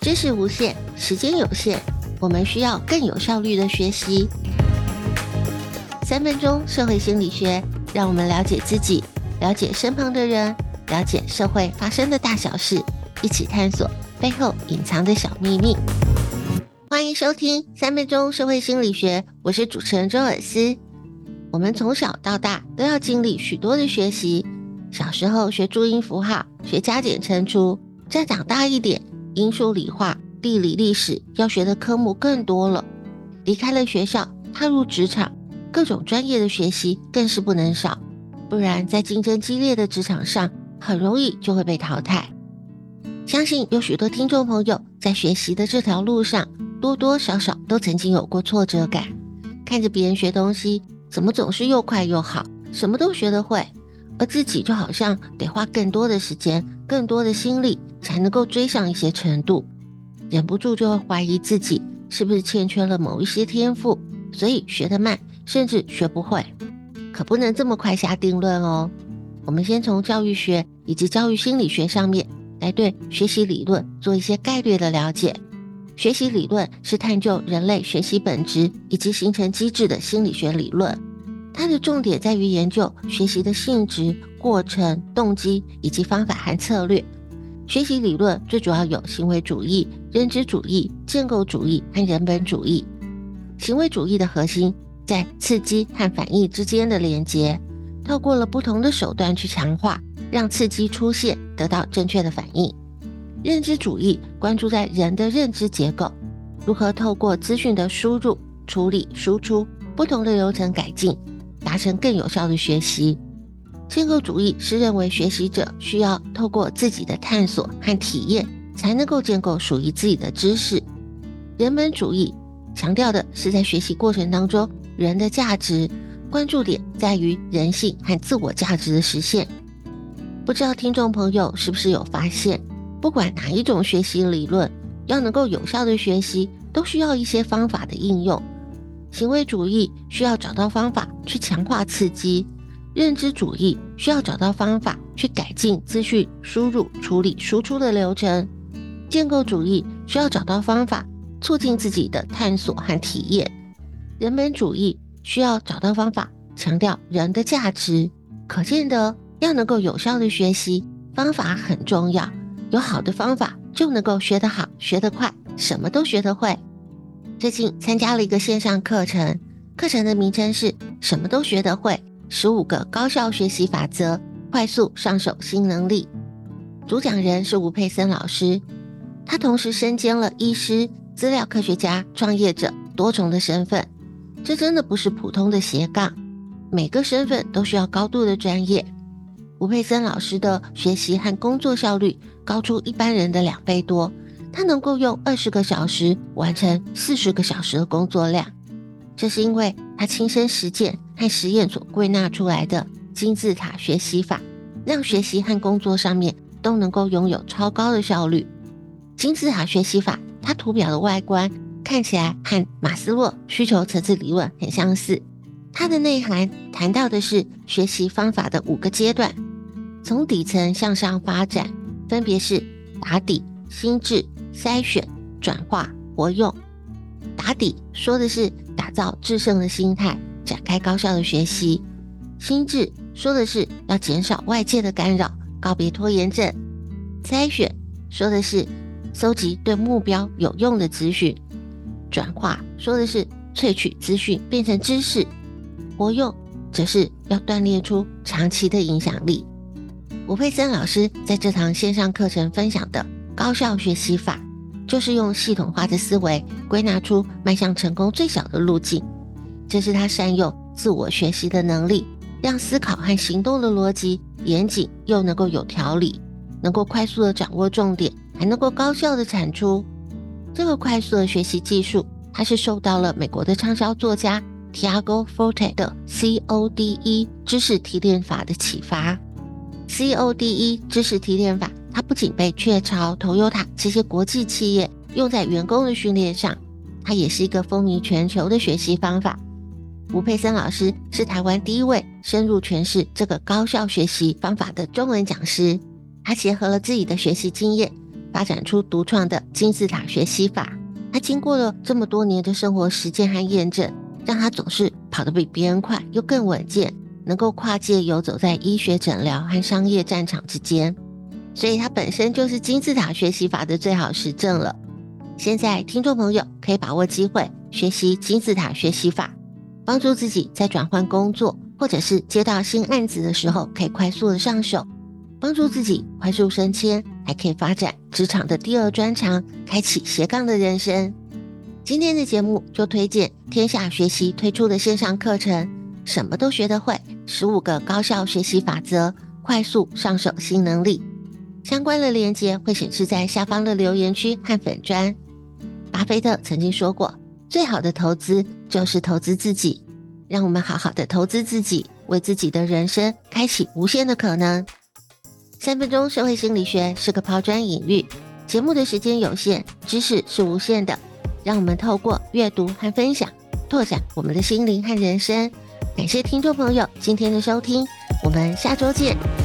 知识无限，时间有限，我们需要更有效率的学习。3分钟社会心理学，让我们了解自己，了解身旁的人，了解社会发生的大小事，一起探索背后隐藏的小秘密。欢迎收听3分钟社会心理学，我是主持人周尔斯。我们从小到大都要经历许多的学习，小时候学注音符号，学加减乘除，再长大一点，英数理化、地理历史要学的科目更多了。离开了学校，踏入职场，各种专业的学习更是不能少，不然在竞争激烈的职场上，很容易就会被淘汰。相信有许多听众朋友在学习的这条路上，多多少少都曾经有过挫折感，看着别人学东西，怎么总是又快又好，什么都学得会，而自己就好像得花更多的时间、更多的心力，才能够追上一些程度，忍不住就会怀疑自己是不是欠缺了某一些天赋，所以学得慢，甚至学不会。可不能这么快下定论哦。我们先从教育学以及教育心理学上面来对学习理论做一些概略的了解。学习理论是探究人类学习本质以及形成机制的心理学理论，它的重点在于研究学习的性质、过程、动机以及方法和策略。学习理论最主要有行为主义、认知主义、建构主义和人本主义。行为主义的核心在刺激和反应之间的连结，透过了不同的手段去强化，让刺激出现，得到正确的反应。认知主义关注在人的认知结构，如何透过资讯的输入、处理、输出不同的流程改进，达成更有效的学习。建构主义是认为学习者需要透过自己的探索和体验，才能够建构属于自己的知识。人本主义强调的是在学习过程当中，人的价值，关注点在于人性和自我价值的实现。不知道听众朋友是不是有发现，不管哪一种学习理论，要能够有效的学习，都需要一些方法的应用。行为主义需要找到方法去强化刺激，认知主义需要找到方法去改进资讯输入、处理、输出的流程，建构主义需要找到方法促进自己的探索和体验，人本主义需要找到方法强调人的价值。可见的，要能够有效的学习，方法很重要，有好的方法就能够学得好、学得快，什么都学得会。最近参加了一个线上课程，课程的名称是什么都学得会，15个高效学习法则，快速上手新能力。主讲人是吴佩森老师，他同时身兼了医师、资料科学家、创业者多重的身份，这真的不是普通的斜杠，每个身份都需要高度的专业。吴佩森老师的学习和工作效率高出一般人的2倍多，他能够用20个小时完成40个小时的工作量，这是因为他亲身实践和实验所归纳出来的金字塔学习法，让学习和工作上面都能够拥有超高的效率。金字塔学习法，它图表的外观看起来和马斯洛需求层次理论很相似，它的内涵谈到的是学习方法的5个阶段，从底层向上发展，分别是打底、心智、筛选、转化、活用。打底说的是打造制胜的心态，展开高效的学习。心智说的是要减少外界的干扰，告别拖延症。筛选说的是搜集对目标有用的资讯。转化说的是萃取资讯变成知识。活用则是要锻炼出长期的影响力。吴佩森老师在这堂线上课程分享的高效学习法，就是用系统化的思维归纳出迈向成功最小的路径。这是他善用自我学习的能力，让思考和行动的逻辑严谨又能够有条理，能够快速的掌握重点，还能够高效的产出。这个快速的学习技术，它是受到了美国的畅销作家 Tiago Forte 的 CODE 知识提炼法的启发。CODE 知识提炼法，它不仅被雀巢、Toyota 这些国际企业用在员工的训练上，它也是一个风靡全球的学习方法。吴佩森老师是台湾第一位深入诠释这个高效学习方法的中文讲师，他结合了自己的学习经验， 发展出独创的金字塔学习法。他经过了这么多年的生活实践和验证，让他总是跑得比别人快，又更稳健，能够跨界游走在医学诊疗和商业战场之间。所以他本身就是金字塔学习法的最好实证了。现在听众朋友可以把握机会学习金字塔学习法，帮助自己在转换工作或者是接到新案子的时候可以快速的上手，帮助自己快速升迁，还可以发展职场的第二专长，开启斜杠的人生。今天的节目就推荐天下学习推出的线上课程，什么都学得会，15个高效学习法则，快速上手新能力。相关的连结会显示在下方的留言区和粉专。巴菲特曾经说过，最好的投资就是投资自己。让我们好好的投资自己，为自己的人生开启无限的可能。3分钟社会心理学是个抛砖引玉，节目的时间有限，知识是无限的，让我们透过阅读和分享，拓展我们的心灵和人生。感谢听众朋友今天的收听，我们下周见。